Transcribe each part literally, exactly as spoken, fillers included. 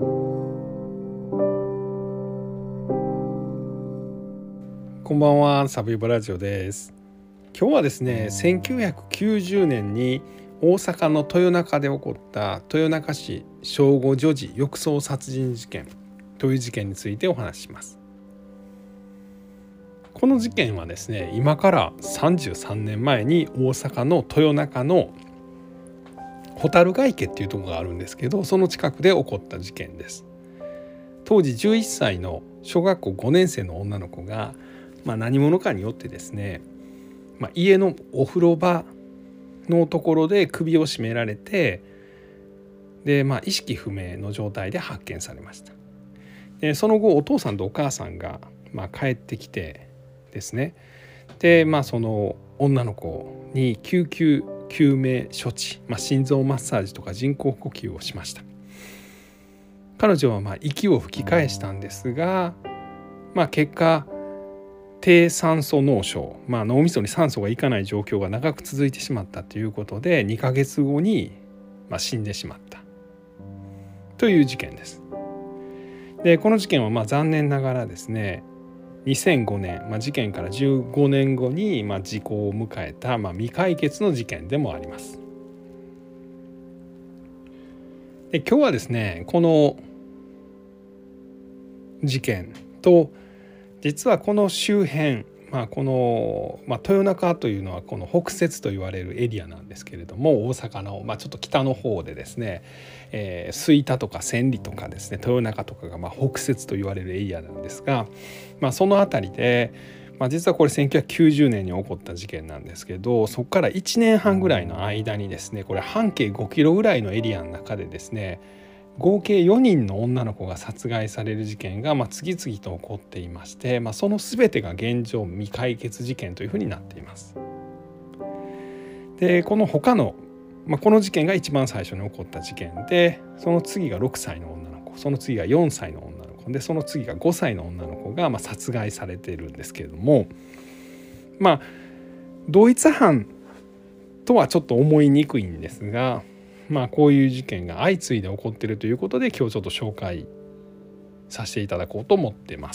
こんばんは、サブイボラジオです。今日はですね、せんきゅうひゃくきゅうじゅうねんに大阪の豊中で起こった豊中市正午女児浴槽殺人事件という事件についてお話しします。この事件はですね、今からさんじゅうさんねんまえに大阪の豊中の蛍ヶ池っていうところがあるんですけど、その近くで起こった事件です。当時じゅういっさいの小学校ごねん生の女の子がまあ、何者かによってですね、まあ、家のお風呂場のところで首を絞められてで、まあ、意識不明の状態で発見されました。でその後お父さんとお母さんが、まあ、帰ってきてですねで、まあ、その女の子に救急救命処置、まあ、心臓マッサージとか人工呼吸をしました。彼女はまあ息を吹き返したんですが、まあ、結果低酸素脳症、まあ、脳みそに酸素がいかない状況が長く続いてしまったということでにかげつごに、まあ、死んでしまったという事件です。でこの事件はまあ残念ながらですねにせんごねん、まあ、事件からじゅうごねんごにまあ時効を迎えた、まあ、未解決の事件でもあります。で今日はですねこの事件と実はこの周辺、まあ、この、まあ、豊中というのはこの北摂と言われるエリアなんですけれども大阪の、まあ、ちょっと北の方でですね、えー、吹田とか千里とかですね豊中とかがまあ北摂と言われるエリアなんですが、まあ、その辺りで、まあ、実はこれせんきゅうひゃくきゅうじゅうねんに起こった事件なんですけどそこからいちねんはんぐらいの間にですねこれ半径ごキロぐらいのエリアの中でですね合計よにんの女の子が殺害される事件がまあ次々と起こっていまして、まあ、その全てが現状未解決事件というふうになっています。でこの他の、まあ、この事件が一番最初に起こった事件でその次がろくさいの女の子その次がよんさいの女の子でその次がごさいの女の子がまあ殺害されているんですけれどもまあ同一犯とはちょっと思いにくいんですがまあこういう事件が相次いで起こっているということで今日ちょっと紹介させていただこうと思っています。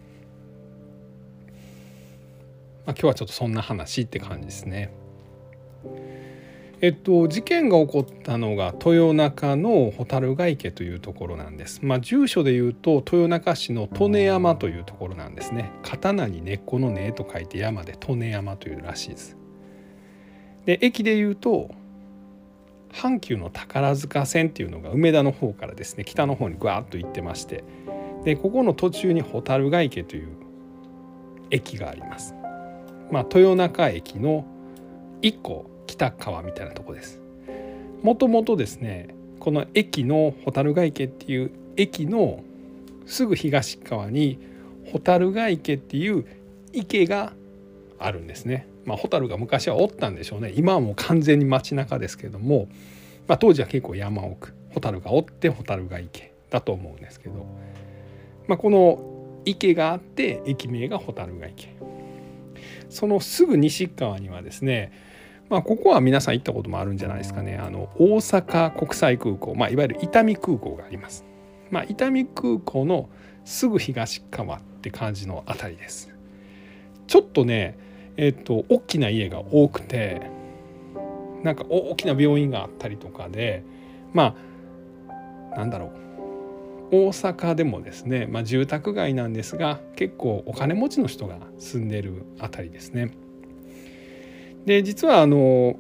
まあ、今日はちょっとそんな話って感じですね。えっと事件が起こったのが豊中の蛍ヶ池というところなんです。まあ住所でいうと豊中市の利根山というところなんですね。刀に根っこの根と書いて山で利根山というらしいです。で駅でいうと阪急の宝塚線っていうのが梅田の方からですね北の方にぐわっと行ってましてでここの途中に蛍ヶ池という駅があります。まあ豊中駅の一個北側みたいなとこです。もともとですねこの駅の蛍ヶ池っていう駅のすぐ東側に蛍ヶ池っていう池があるんですね。まあ、ホタルが昔はおったんでしょうね。今はもう完全に街中ですけども、まあ、当時は結構山奥ホタルがおって蛍ヶ池だと思うんですけど、まあ、この池があって駅名が蛍ヶ池そのすぐ西側にはですね、まあ、ここは皆さん行ったこともあるんじゃないですかねあの大阪国際空港、まあ、いわゆる伊丹空港があります。まあ、伊丹空港のすぐ東側って感じのあたりです。ちょっとねえっと大きな家が多くてなんか大きな病院があったりとかでまあなんだろう大阪でもですね、まあ、住宅街なんですが結構お金持ちの人が住んでるあたりですね。で実はあの、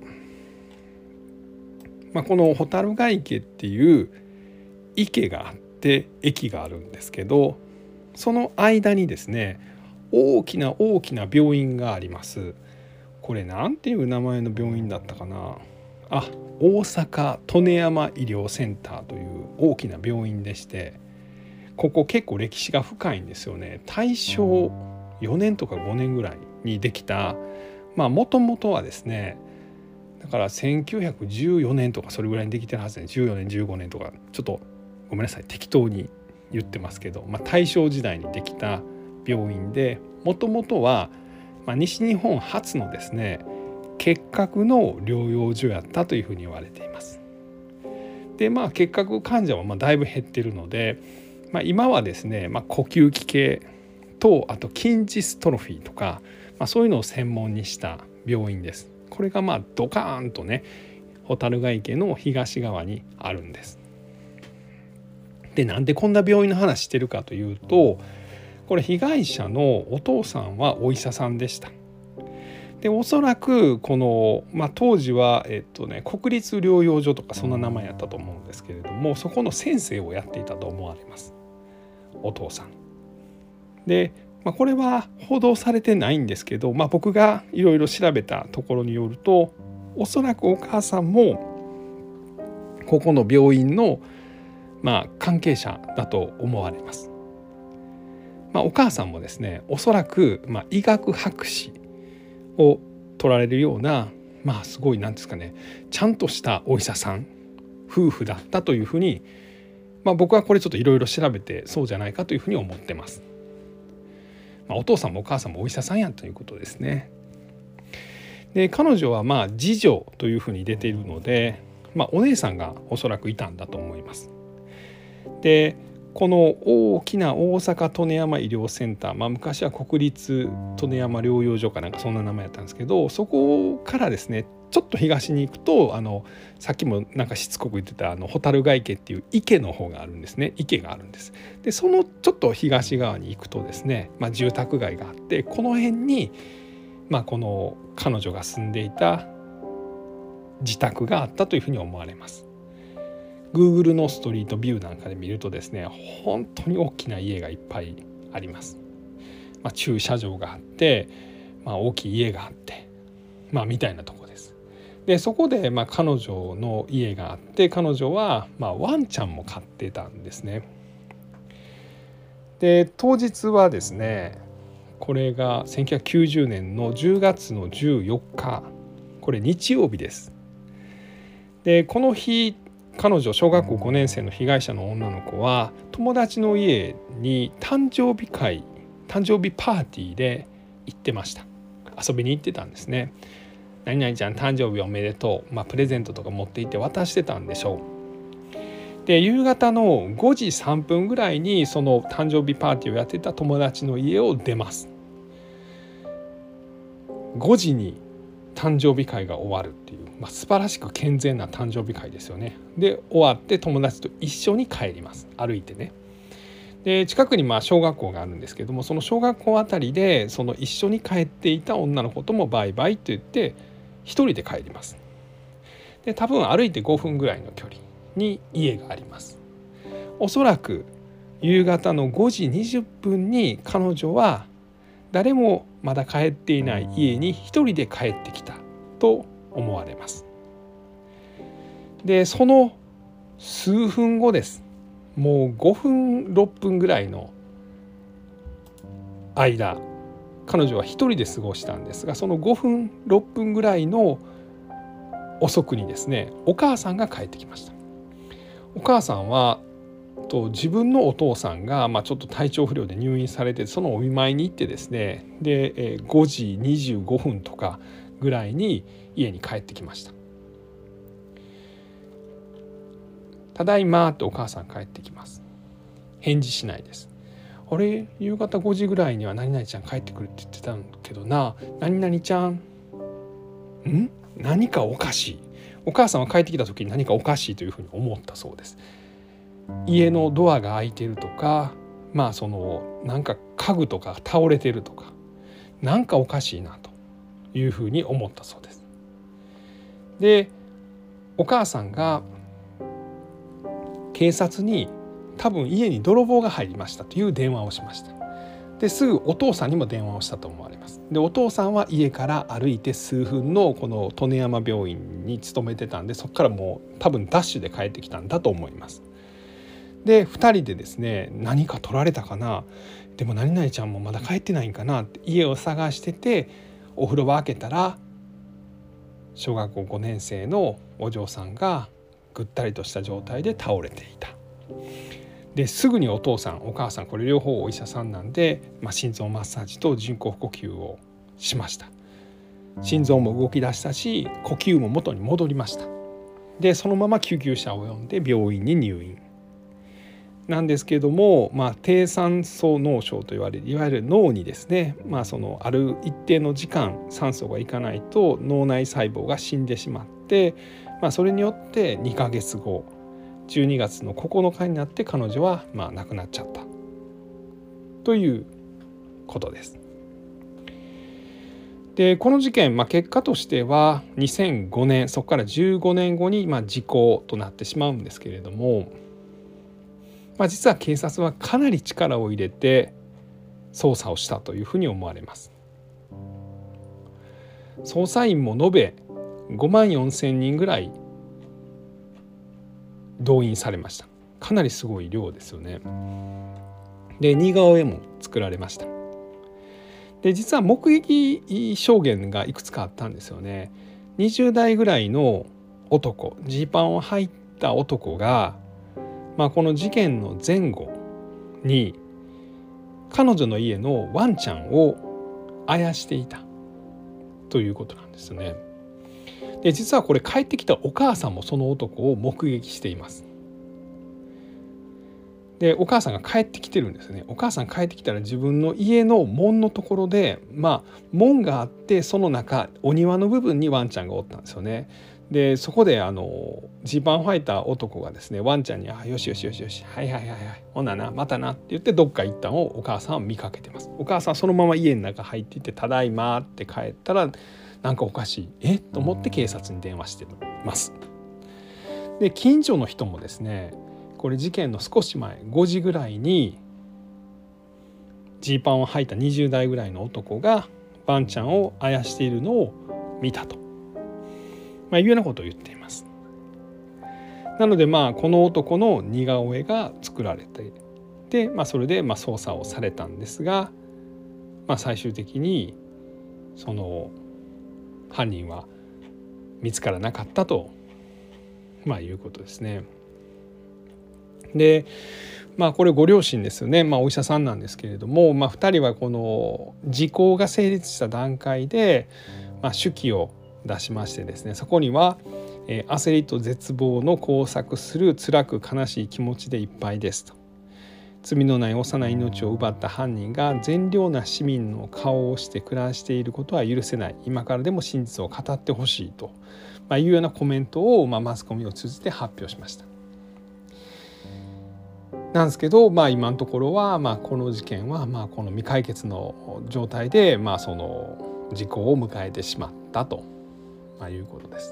まあ、この蛍ヶ池っていう池があって駅があるんですけどその間にですね大きな大きな病院があります。これなんていう名前の病院だったかなあ大阪利根山医療センターという大きな病院でしてここ結構歴史が深いんですよね。大正よねんとかごねんぐらいにできたまあもともとはですねだからせんきゅうひゃくじゅうよねんとかそれぐらいにできてるはずでじゅうよねんじゅうごねんとかちょっとごめんなさい適当に言ってますけど、まあ、大正時代にできた病院でもともとは、まあ、西日本初のですね結核の療養所やったというふうに言われています。 でまあ結核患者はまあだいぶ減ってるので、まあ、今はですね、まあ、呼吸器系とあと筋ジストロフィーとか、まあ、そういうのを専門にした病院です。これがまあドカーンとね蛍ヶ池の東側にあるんです。でなんでこんな病院の話してるかというと、これ被害者のお父さんはお医者さんでした。でおそらくこの、まあ、当時は、えっとね、国立療養所とかそんな名前やったと思うんですけれども、そこの先生をやっていたと思われます、お父さんで、まあ、これは報道されてないんですけど、まあ、僕がいろいろ調べたところによると、おそらくお母さんもここの病院の、まあ、関係者だと思われます。まあ、お母さんもですね、おそらく、まあ、医学博士を取られるような、まあすごいなんですかね、ちゃんとしたお医者さん夫婦だったというふうに、まあ、僕はこれちょっといろいろ調べてそうじゃないかというふうに思ってます。まあ、お父さんもお母さんもお医者さんやということですね。で彼女はまあ次女というふうに出ているので、まあ、お姉さんがおそらくいたんだと思います。でこの大きな大阪利根山医療センター、まあ、昔は国立利根山療養所かなんかそんな名前だったんですけど、そこからですねちょっと東に行くと、あのさっきもなんかしつこく言ってたあの蛍ヶ池っていう池の方があるんですね。池があるんです。でそのちょっと東側に行くとですね、まあ、住宅街があって、この辺に、まあ、この彼女が住んでいた自宅があったというふうに思われます。Google のストリートビューなんかで見るとですね、本当に大きな家がいっぱいあります。まあ、駐車場があって、まあ、大きい家があって、まあ、みたいなところです。でそこでまあ彼女の家があって、彼女はまあワンちゃんも飼ってたんですね。で当日はですね、これがせんきゅうひゃくきゅうじゅうねんのじゅうがつのじゅうよっか、これ日曜日です。でこの日彼女小学校ごねん生の被害者の女の子は友達の家に誕生日会誕生日パーティーで行ってました。遊びに行ってたんですね。何々ちゃん誕生日おめでとう、まあ、プレゼントとか持って行って渡してたんでしょう。で夕方のごじさんぷんぐらいにその誕生日パーティーをやってた友達の家を出ます。ごじに誕生日会が終わるっていう、まあ、素晴らしく健全な誕生日会ですよね。で終わって友達と一緒に帰ります、歩いてね。で近くにまあ小学校があるんですけども、その小学校あたりでその一緒に帰っていた女の子ともバイバイって言って一人で帰ります。で多分歩いてごふんぐらいの距離に家があります。おそらく夕方のごじにじゅっぷんに彼女は誰もまだ帰っていない家に一人で帰ってきたと思われます。でその数分後です。もうごふんろっぷんぐらいの間、彼女は一人で過ごしたんですが、そのごふんろっぷんぐらいの遅くにですね、お母さんが帰ってきました。お母さんはと自分のお父さんが、まあ、ちょっと体調不良で入院されて、そのお見舞いに行ってですね、でごじにじゅうごふんとかぐらいに家に帰ってきました。ただいまってお母さん帰ってきます。返事しないです。あれ夕方ごじぐらいには何々ちゃん帰ってくるって言ってたんけどな、何々ちゃんん何かおかしい。お母さんは帰ってきた時に何かおかしいというふうに思ったそうです。家のドアが開いてるとか、まあそのなんか家具とか倒れてるとか、なんかおかしいなというふうに思ったそうです。でお母さんが警察に多分家に泥棒が入りましたという電話をしました。ですぐお父さんにも電話をしたと思われます。でお父さんは家から歩いて数分のこの利根山病院に勤めてたんで、そこからもう多分ダッシュで帰ってきたんだと思います。でふたりでですね、何か取られたかな、でも何々ちゃんもまだ帰ってないんかなって家を探してて、お風呂場開けたら小学校ごねん生のお嬢さんがぐったりとした状態で倒れていた。ですぐにお父さんお母さん、これ両方お医者さんなんで、まあ、心臓マッサージと人工呼吸をしました。心臓も動き出したし呼吸も元に戻りました。 でそのまま救急車を呼んで病院に入院なんですけれども、まあ、低酸素脳症といわれるいわゆる脳にですね、まあ、そのある一定の時間酸素がいかないと脳内細胞が死んでしまって、まあ、それによってにかげつごじゅうにがつのここのかになって彼女はまあ亡くなっちゃったということです。でこの事件、まあ、結果としてはにせんごねんそこからじゅうごねんごにまあ時効となってしまうんですけれども、まあ、実は警察はかなり力を入れて捜査をしたというふうに思われます。捜査員も延べごまんよんせんにんぐらい動員されました。かなりすごい量ですよね。で似顔絵も作られました。で実は目撃証言がいくつかあったんですよね。にじゅうだいぐらいの男ジーパンを履いた男が、まあ、この事件の前後に彼女の家のワンちゃんをあやしていたということなんですよね。で実はこれ帰ってきたお母さんもその男を目撃しています。でお母さんが帰ってきてるんですね。お母さん帰ってきたら自分の家の門のところで、まあ門があってその中お庭の部分にワンちゃんがおったんですよね。でそこであのジーパンを履いた男がですねワンちゃんに「あよしよしよしよしはいはいはいはいほんななまたな」って言ってどっか行ったのをお母さんは見かけてます。お母さんそのまま家の中入っていって「ただいま」って帰ったらなんかおかしいえと思って警察に電話してます。で近所の人もですねこれ事件の少し前ごじぐらいにジーパンを履いたにじゅうだいぐらいの男がワンちゃんをあやしているのを見たと、まあ、いうようなことを言っています。なのでまあこの男の似顔絵が作られてで、まあ、それでまあ捜査をされたんですが、まあ、最終的にその犯人は見つからなかったと、まあ、いうことですね。でまあこれご両親ですよね、まあ、お医者さんなんですけれども、まあ、ふたりはこの時効が成立した段階で、まあ、手記を出しましてですねそこには、えー、焦りと絶望の交錯する辛く悲しい気持ちでいっぱいですと。罪のない幼い命を奪った犯人が善良な市民の顔をして暮らしていることは許せない。今からでも真実を語ってほしいと、まあ、いうようなコメントを、まあ、マスコミを通じて発表しました。なんですけど、まあ、今のところは、まあ、この事件は、まあ、この未解決の状態で、まあ、その時効を迎えてしまったと、まあ、いうことです。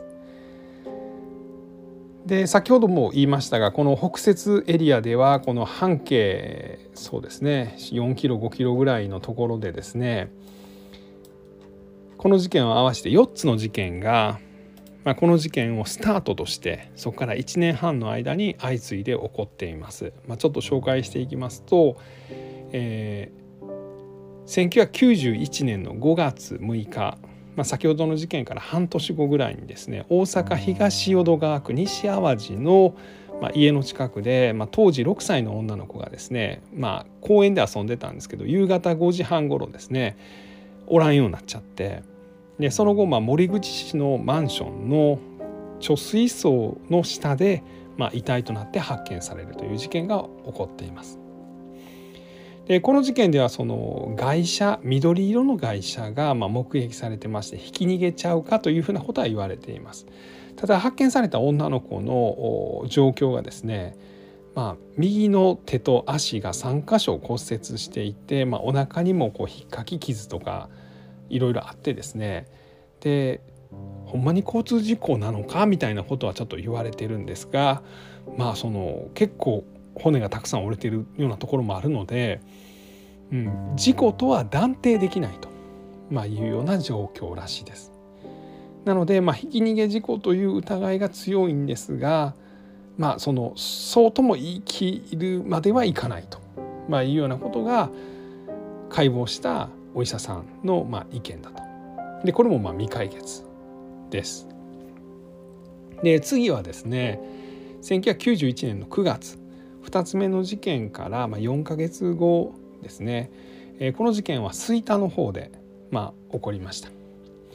で先ほども言いましたがこの北摂エリアではこの半径そうですねよんキロごキロぐらいのところでですねこの事件を合わせてよっつの事件が、まあ、この事件をスタートとしてそこからいちねんはんの間に相次いで起こっています。まあ、ちょっと紹介していきますと、えー、せんきゅうひゃくきゅうじゅういちねんのごがつむいか、まあ、先ほどの事件から半年後ぐらいにですね大阪東淀川区西淡路の、まあ、家の近くで、まあ、当時ろくさいの女の子がですね、まあ、公園で遊んでたんですけど夕方ごじはん頃ですねおらんようになっちゃってでその後、まあ、森口市のマンションの貯水槽の下で、まあ、遺体となって発見されるという事件が起こっています。でこの事件ではその外車緑色の外車がまあ目撃されてましてひき逃げちゃうかというふうなことは言われています。ただ発見された女の子の状況がですね、まあ、右の手と足がさんかしょ骨折していて、まあ、お腹にもこうひっかき傷とかいろいろあってですねでほんまに交通事故なのかみたいなことはちょっと言われてるんですが、まあその結構骨がたくさん折れているようなところもあるので、うん、事故とは断定できないと、まあ、いうような状況らしいです。なので、まあ、ひき逃げ事故という疑いが強いんですが、まあ、そのそうとも言い切るまではいかないと、まあ、いうようなことが解剖したお医者さんのまあ意見だと。でこれもまあ未解決です。で次はですねせんきゅうひゃくきゅうじゅういちねんのくがつふたつめの事件からまあよんかげつごですね、えー、この事件は吹田の方でまあ起こりました。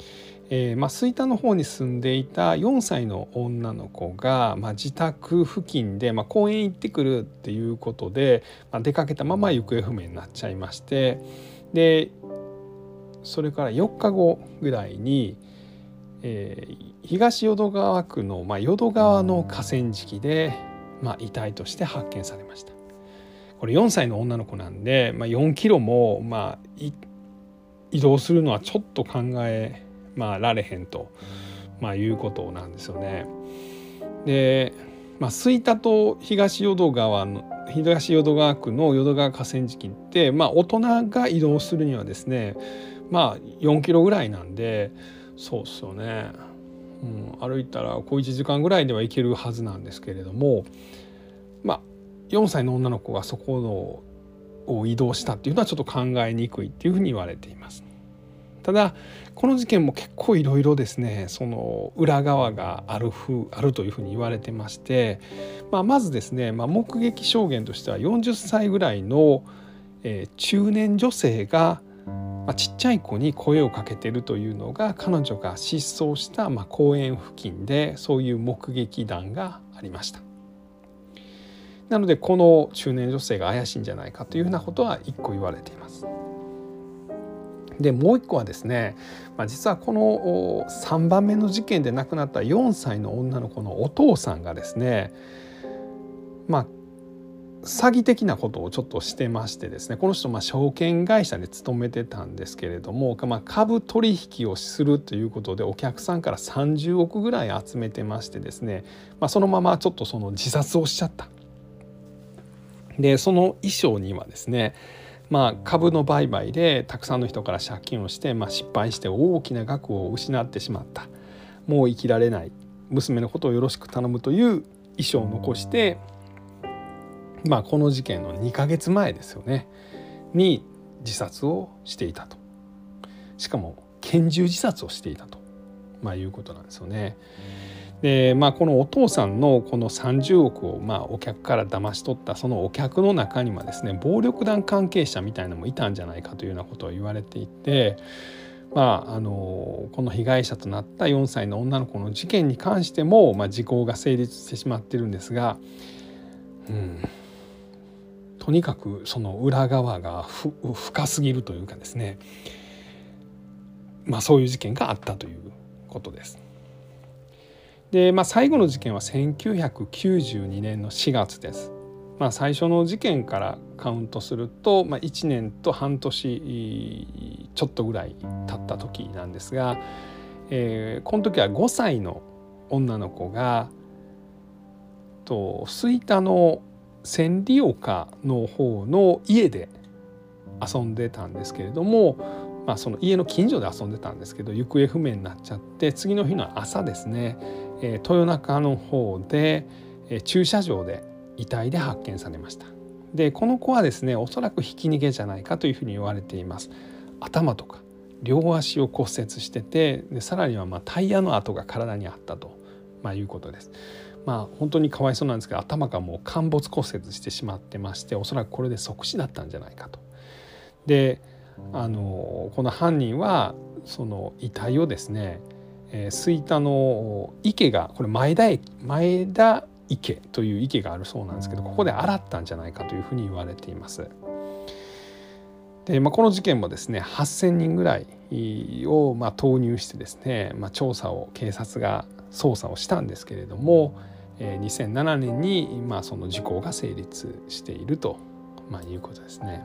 えーまあ、吹田の方に住んでいたよんさいの女の子が、まあ、自宅付近で、まあ、公園行ってくるっていうことで、まあ、出かけたまま行方不明になっちゃいまして、でそれからよっかごぐらいに、えー、東淀川区の、まあ、淀川の河川敷で、まあ、遺体として発見されました。これよんさいの女の子なんで、まあ、よんキロも、まあ、移動するのはちょっと考え、まあ、られへんと、まあ、いうことなんですよね。で、まあ、吹田と東淀川の東淀川区の淀川河川敷って、まあ、大人が移動するにはですね、まあ、よんキロぐらいなんで、そうっすよね、うん、歩いたら小いちじかんぐらいでは行けるはずなんですけれども、まあよんさいの女の子がそこのを移動したっていうのはちょっと考えにくいっていうふうに言われています。ただこの事件も結構いろいろですね、その裏側があるふあるというふうに言われてまして、まあ、まずですね、まあ、目撃証言としてはよんじゅっさいぐらいの、えー、中年女性が、まあ、ちっちゃい子に声をかけているというのが彼女が失踪した、まあ、公園付近でそういう目撃談がありました。なのでこの中年女性が怪しいんじゃないかというふうなことは一個言われています。でもう一個はですね、まあ、実はこのさんばんめの事件で亡くなったよんさいの女の子のお父さんがですね、まあ詐欺的なことをちょっとしてましてですね、この人まあ証券会社に勤めてたんですけれども、まあ、株取引をするということでお客さんからさんじゅうおくぐらい集めてましてですね、まあ、そのままちょっとその自殺をしちゃった。でその遺書にはですね、まあ、株の売買でたくさんの人から借金をして、まあ、失敗して大きな額を失ってしまった、もう生きられない、娘のことをよろしく頼むという遺書を残して、まあ、この事件のにかげつまえですよねに自殺をしていたと。しかも拳銃自殺をしていたと、まあ、いうことなんですよね。でまあ、このお父さんのこのさんじゅうおくをまあお客から騙し取ったそのお客の中にはですね、暴力団関係者みたいなのもいたんじゃないかというようなことを言われていて、まあ、あのこの被害者となったよんさいの女の子の事件に関しても、まあ、時効が成立してしまっているんですが、うん、とにかくその裏側がふ深すぎるというかですね、まあ、そういう事件があったということです。で、まあ、最後の事件はせんきゅうひゃくきゅうじゅうにねんのしがつです。まあ、最初の事件からカウントすると、まあ、いちねんと半年ちょっとぐらい経った時なんですが、えー、この時はごさいの女の子がと吹田の千里丘の方の家で遊んでたんですけれども、まあ、その家の近所で遊んでたんですけど行方不明になっちゃって、次の日の朝ですね、えー、豊中の方で、えー、駐車場で遺体で発見されました。でこの子はですね、おそらくひき逃げじゃないかというふうに言われています。頭とか両足を骨折してて、でさらにはまあタイヤの跡が体にあったと、まあ、いうことです。まあ本当にかわいそうなんですけど、頭がもう陥没骨折してしまってまして、おそらくこれで即死だったんじゃないかと。であのこの犯人はその遺体をですね、えー、吹田の池が、これ前田駅前田池という池があるそうなんですけど、ここで洗ったんじゃないかというふうに言われています。で、まあ、この事件もですねはっせんにんぐらいをまあ投入してですね、まあ、調査を警察が捜査をしたんですけれども、えー、にせんななねんにまあその時効が成立していると、まあ、いうことですね。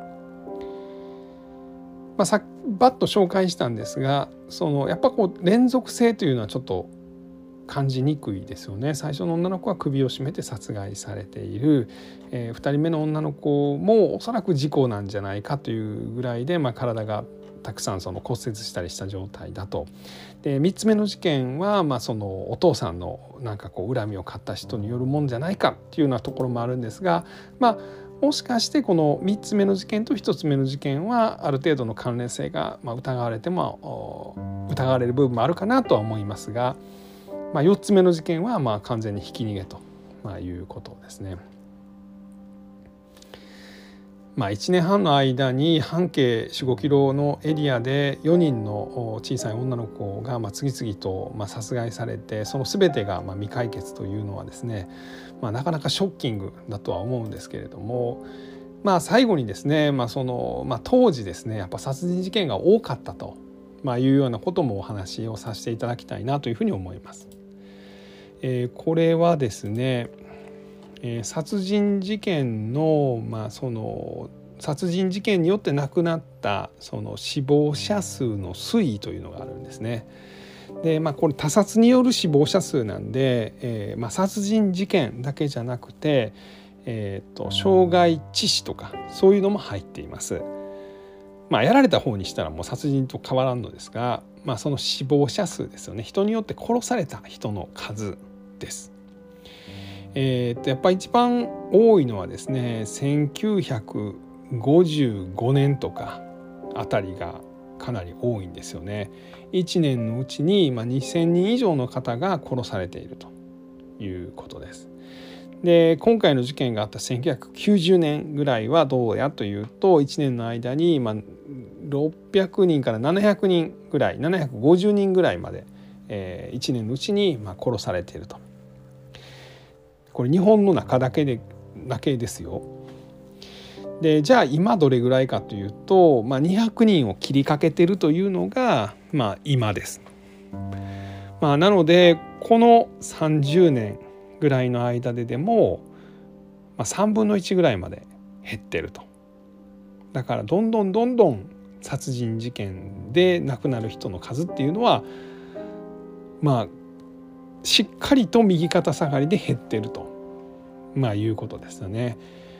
まあ、さバッと紹介したんですが、そのやっぱこう連続性というのはちょっと感じにくいですよね。最初の女の子は首を絞めて殺害されている、えー、ふたりめの女の子もおそらく事故なんじゃないかというぐらいで、まあ、体がたくさんその骨折したりした状態だと。でみっつめの事件は、まあ、そのお父さんのなんかこう恨みを買った人によるもんじゃないかっていうようなところもあるんですが、まあもしかしてこのみっつめの事件とひとつめの事件はある程度の関連性が疑われても疑われる部分もあるかなとは思いますが、まあ、よっつめの事件はまあ完全にひき逃げということですね。 まあ、いちねんはんの間に半径よん、ごキロのエリアでよにんの小さい女の子がまあ次々とまあ殺害されて、その全てがまあ未解決というのはですね、まあ、なかなかショッキングだとは思うんですけれども、まあ、最後にですね、まあそのまあ、当時ですねやっぱ殺人事件が多かったと、まあ、いうようなこともお話をさせていただきたいなというふうに思います。えー、これはですねえー、殺人事件の、まあ、その殺人事件によって亡くなったその死亡者数の推移というのがあるんですね。で、まあ、これ他殺による死亡者数なんで、えーまあ、殺人事件だけじゃなくて、えー、と傷害致死とかそういうのも入っています。まあ、やられた方にしたらもう殺人と変わらんのですが、まあ、その死亡者数ですよね。人によって殺された人の数です。えー、とやっぱり一番多いのはですねせんきゅうひゃくごじゅうごねんとかあたりがかなり多いんですよね。いちねんのうちににせんにん以上の方が殺されているということです。で今回の事件があったせんきゅうひゃくきゅうじゅうねんぐらいはどうやというと、いちねんの間にまあろっぴゃくにんからななひゃくにんぐらい、ななひゃくごじゅうにんぐらいまで、えー、いちねんのうちにまあ殺されていると。これ日本の中だけでだけですよ。でじゃあ今どれぐらいかというと、まあ、にひゃくにんを切りかけてるというのが、まあ、今です。まあ、なのでこのさんじゅうねんぐらいの間ででも、まあ、さんぶんのいちぐらいまで減ってると。だからどんどんどんどん殺人事件で亡くなる人の数っていうのはまあしっかりと右肩下がりで減っていると、まあ、いうことですよね。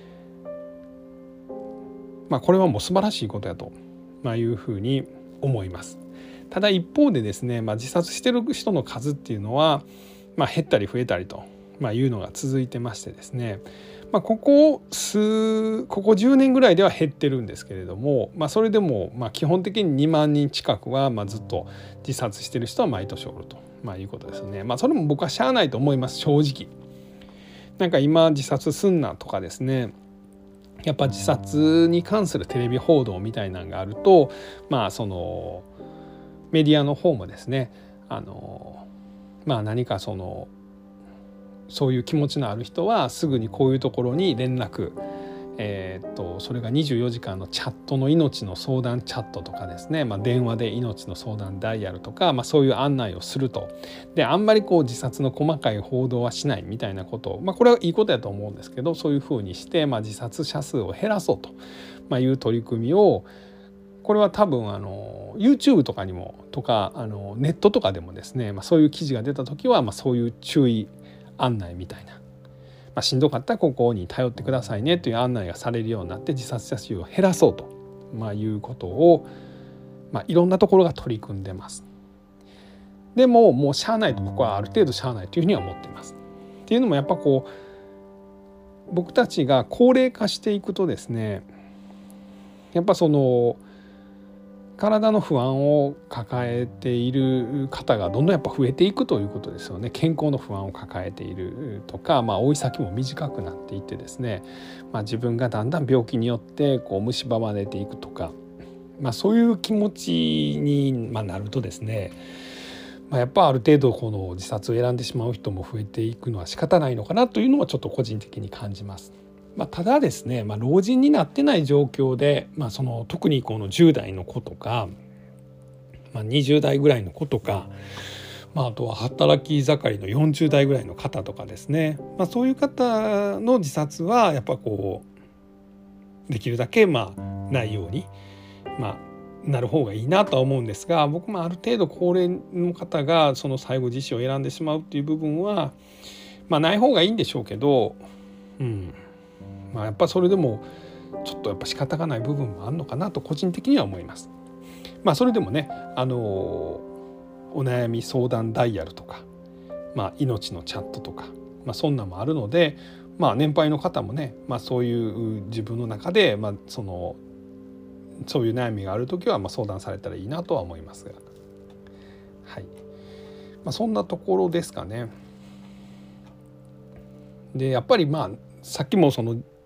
まあ、これはもう素晴らしいことやと、まあ、いうふうに思います。ただ一方でですね、まあ、自殺してる人の数っていうのは、まあ、減ったり増えたりと、まあ、いうのが続いてましてですね、まあ、ここ数ここじゅうねんぐらいでは減ってるんですけれども、まあ、それでもまあ基本的ににまんにん近くはまあずっと自殺してる人は毎年おると、まあ、いうことですね。まあ、それも僕はしゃあないと思います。正直なんか今自殺すんなとかですね、やっぱ自殺に関するテレビ報道みたいなのがあると、まあそのメディアの方もですね、あのまあ何かそのそういう気持ちのある人はすぐにこういうところに連絡、えー、っとそれがにじゅうよじかんのチャットの命の相談チャットとかですね、まあ、電話で命の相談ダイヤルとか、まあ、そういう案内をすると。であんまりこう自殺の細かい報道はしないみたいなことを、まあ、これはいいことだと思うんですけど、そういうふうにして、まあ、自殺者数を減らそうと、まあ、いう取り組みを、これは多分あの YouTube とかにもとかあのネットとかでもですね、まあ、そういう記事が出た時は、まあ、そういう注意案内みたいな、まあ、しんどかったらここに頼ってくださいねという案内がされるようになって自殺者数を減らそうと、まあ、いうことを、まあ、いろんなところが取り組んでます。でももうしゃあないと、ここはある程度しゃあないというふうには思っています。っていうのもやっぱこう僕たちが高齢化していくとですね、やっぱその体の不安を抱えている方がどんどんやっぱ増えていくということですよね。健康の不安を抱えているとか、まあ、追い先も短くなっていってですね、まあ、自分がだんだん病気によってこう蝕まれていくとか、まあ、そういう気持ちになるとですね、まあ、やっぱある程度この自殺を選んでしまう人も増えていくのは仕方ないのかなというのはちょっと個人的に感じます。まあ、ただですね、まあ、老人になってない状況で、まあ、その特にこのじゅう代の子とか、まあ、にじゅう代ぐらいの子とか、まあ、あとは働き盛りのよんじゅう代ぐらいの方とかですね、まあ、そういう方の自殺はやっぱこうできるだけまあないように、まあ、なる方がいいなとは思うんですが、僕もある程度高齢の方がその最後自死を選んでしまうっていう部分は、まあ、ない方がいいんでしょうけど、うんまあ、やっぱそれでもちょっとやっぱ仕方がない部分もあるのかなと個人的には思います。まあ、それでもね、あのお悩み相談ダイヤルとか、まあ、命のチャットとか、まあ、そんなもあるので、まあ、年配の方もね、まあ、そういう自分の中で、まあ、そのそういう悩みがあるときはまあ相談されたらいいなとは思いますが、はいまあ、そんなところですかね。でやっぱりまあさっきもその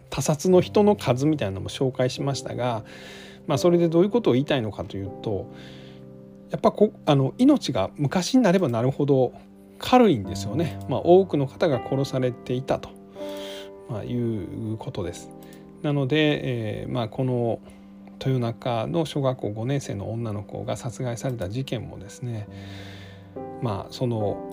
他殺の人の数みたいなのも紹介しましたが、まあ、それでどういうことを言いたいのかというと、やっぱこあの命が昔になればなるほど軽いんですよね。まあ、多くの方が殺されていたと、まあ、いうことです。なので、えーまあ、この豊中の小学校ごねん生の女の子が殺害された事件もですね、まあその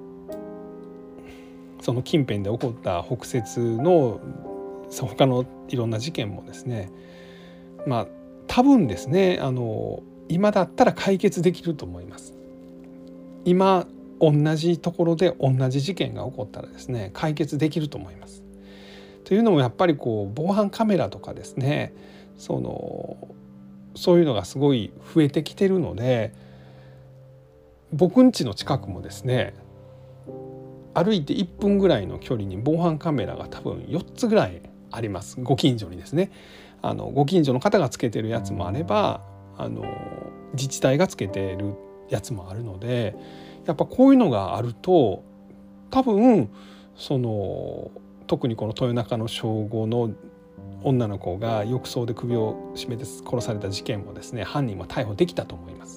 その近辺で起こった北摂の他のいろんな事件もですね、まあ多分ですね、あの今だったら解決できると思います。今同じところで同じ事件が起こったらですね、解決できると思います。というのもやっぱりこう防犯カメラとかですね、そのそういうのがすごい増えてきてるので、僕ん家の近くもですね、歩いていっぷんぐらいの距離に防犯カメラが多分よっつぐらいあります。ご近所にですね、あのご近所の方がつけてるやつもあれば、あの自治体がつけてるやつもあるので、やっぱこういうのがあると多分その特にこの豊中の小ごの女の子が浴槽で首を絞めて殺された事件もですね、犯人も逮捕できたと思います。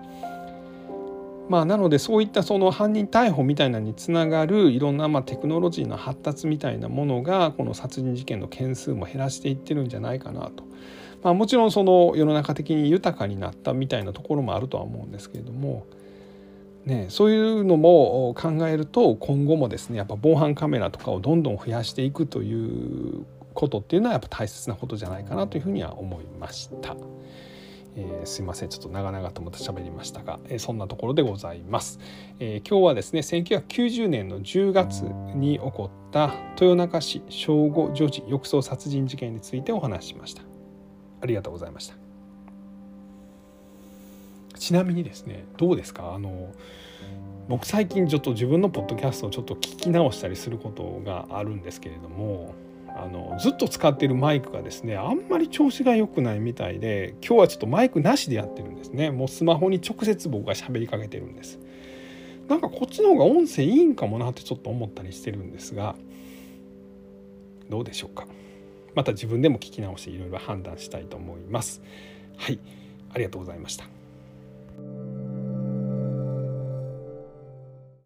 まあ、なのでそういったその犯人逮捕みたいなのにつながるいろんなまあテクノロジーの発達みたいなものがこの殺人事件の件数も減らしていってるんじゃないかなと。まあ、もちろんその世の中的に豊かになったみたいなところもあるとは思うんですけれども、ね、そういうのも考えると今後もですね、やっぱ防犯カメラとかをどんどん増やしていくということっていうのはやっぱ大切なことじゃないかなというふうには思いました。えー、すいません、ちょっと長々とまた喋りましたが、えー、そんなところでございます。えー、今日はですね、せんきゅうひゃくきゅうじゅうねんのじゅうがつに起こった豊中市小ご女児浴槽殺人事件についてお話ししました。ありがとうございました。ちなみにですね、どうですか、あの僕最近ちょっと自分のポッドキャストをちょっと聞き直したりすることがあるんですけれども、あのずっと使っているマイクがですね、あんまり調子が良くないみたいで、今日はちょっとマイクなしでやってるんですね。もうスマホに直接僕が喋りかけてるんです。なんかこっちの方が音声いいんかもなってちょっと思ったりしてるんですが、どうでしょうか。また自分でも聞き直していろいろ判断したいと思います。はい、ありがとうございました。